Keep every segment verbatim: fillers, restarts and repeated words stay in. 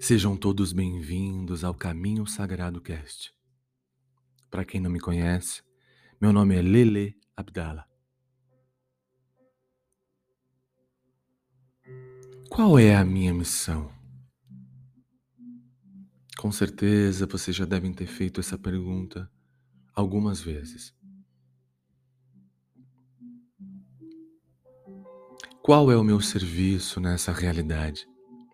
Sejam todos bem-vindos ao Caminho Sagrado Cast. Para quem não me conhece, meu nome é Lele Abdala. Qual é a minha missão? Com certeza vocês já devem ter feito essa pergunta algumas vezes. Qual é o meu serviço nessa realidade?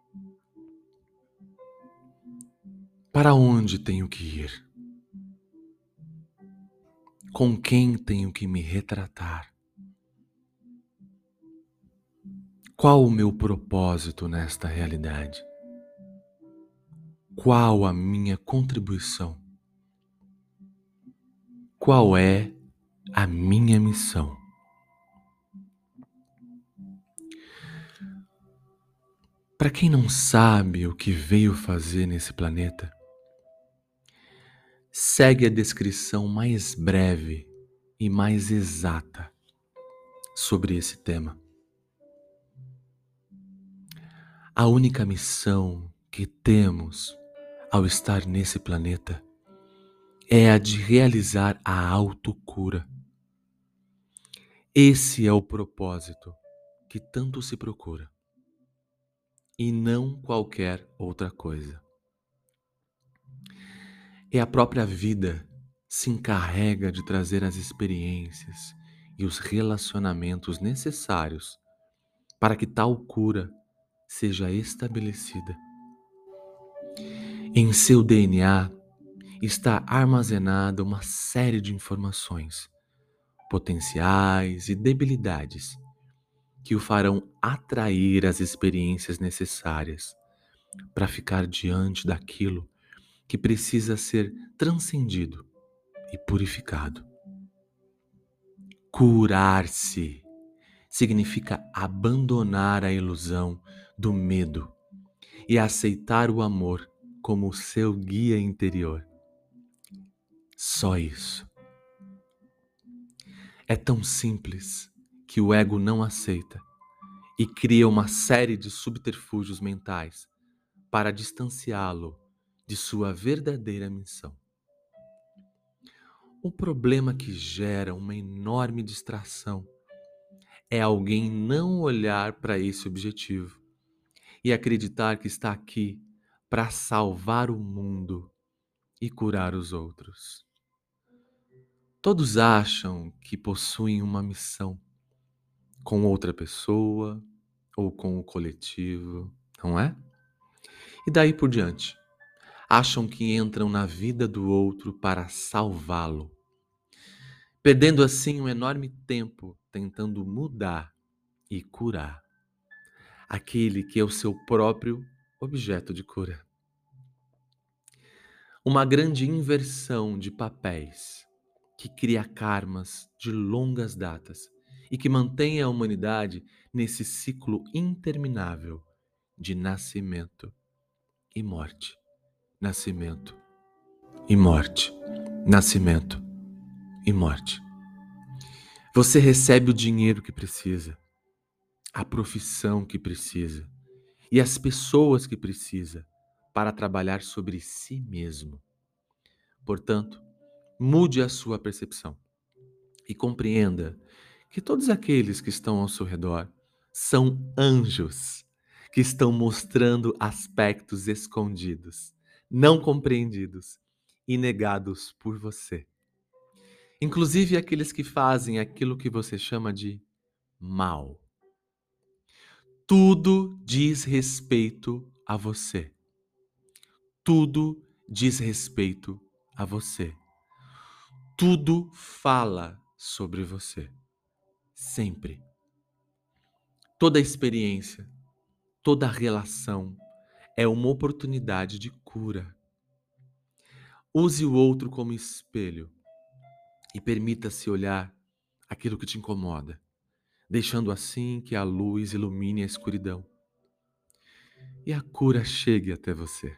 Para onde tenho que ir? Com quem tenho que me retratar? Qual o meu propósito nesta realidade? Qual a minha contribuição? Qual é a minha missão? Para quem não sabe o que veio fazer nesse planeta, segue a descrição mais breve e mais exata sobre esse tema. A única missão que temos ao estar nesse planeta é a de realizar a autocura. Esse é o propósito que tanto se procura, e não qualquer outra coisa. E a própria vida se encarrega de trazer as experiências e os relacionamentos necessários para que tal cura seja estabelecida. Em seu D N A está armazenada uma série de informações, potenciais e debilidades que o farão atrair as experiências necessárias para ficar diante daquilo que precisa ser transcendido e purificado. Curar-se significa abandonar a ilusão do medo e aceitar o amor como seu guia interior. Só isso. É tão simples que o ego não aceita e cria uma série de subterfúgios mentais para distanciá-lo de sua verdadeira missão. O problema que gera uma enorme distração é alguém não olhar para esse objetivo e acreditar que está aqui para salvar o mundo e curar os outros. Todos acham que possuem uma missão com outra pessoa ou com o coletivo, não é? E daí por diante, acham que entram na vida do outro para salvá-lo, perdendo assim um enorme tempo tentando mudar e curar aquele que é o seu próprio objeto de cura. Uma grande inversão de papéis que cria karmas de longas datas e que mantém a humanidade nesse ciclo interminável de nascimento e morte, nascimento e morte, nascimento e morte. Você recebe o dinheiro que precisa, a profissão que precisa e as pessoas que precisa para trabalhar sobre si mesmo. Portanto, mude a sua percepção e compreenda que todos aqueles que estão ao seu redor são anjos que estão mostrando aspectos escondidos, não compreendidos e negados por você. Inclusive aqueles que fazem aquilo que você chama de mal. Tudo diz respeito a você. Tudo diz respeito a você. Tudo fala sobre você. Sempre. Toda experiência, toda relação é uma oportunidade de cura. Use o outro como espelho e permita-se olhar aquilo que te incomoda, deixando assim que a luz ilumine a escuridão e a cura chegue até você.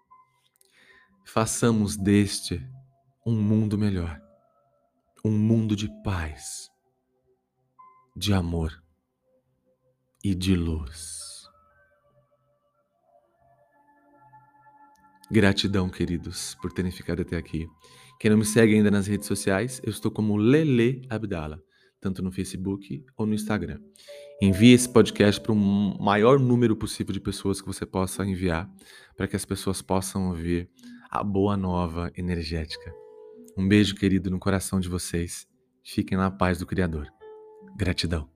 Façamos deste um mundo melhor, um mundo de paz, de amor e de luz. Gratidão, queridos, por terem ficado até aqui. Quem não me segue ainda nas redes sociais, eu estou como Lele Abdala, tanto no Facebook ou no Instagram. Envie esse podcast para o maior número possível de pessoas que você possa enviar, para que as pessoas possam ouvir a boa nova energética. Um beijo, querido, no coração de vocês. Fiquem na paz do Criador. Gratidão.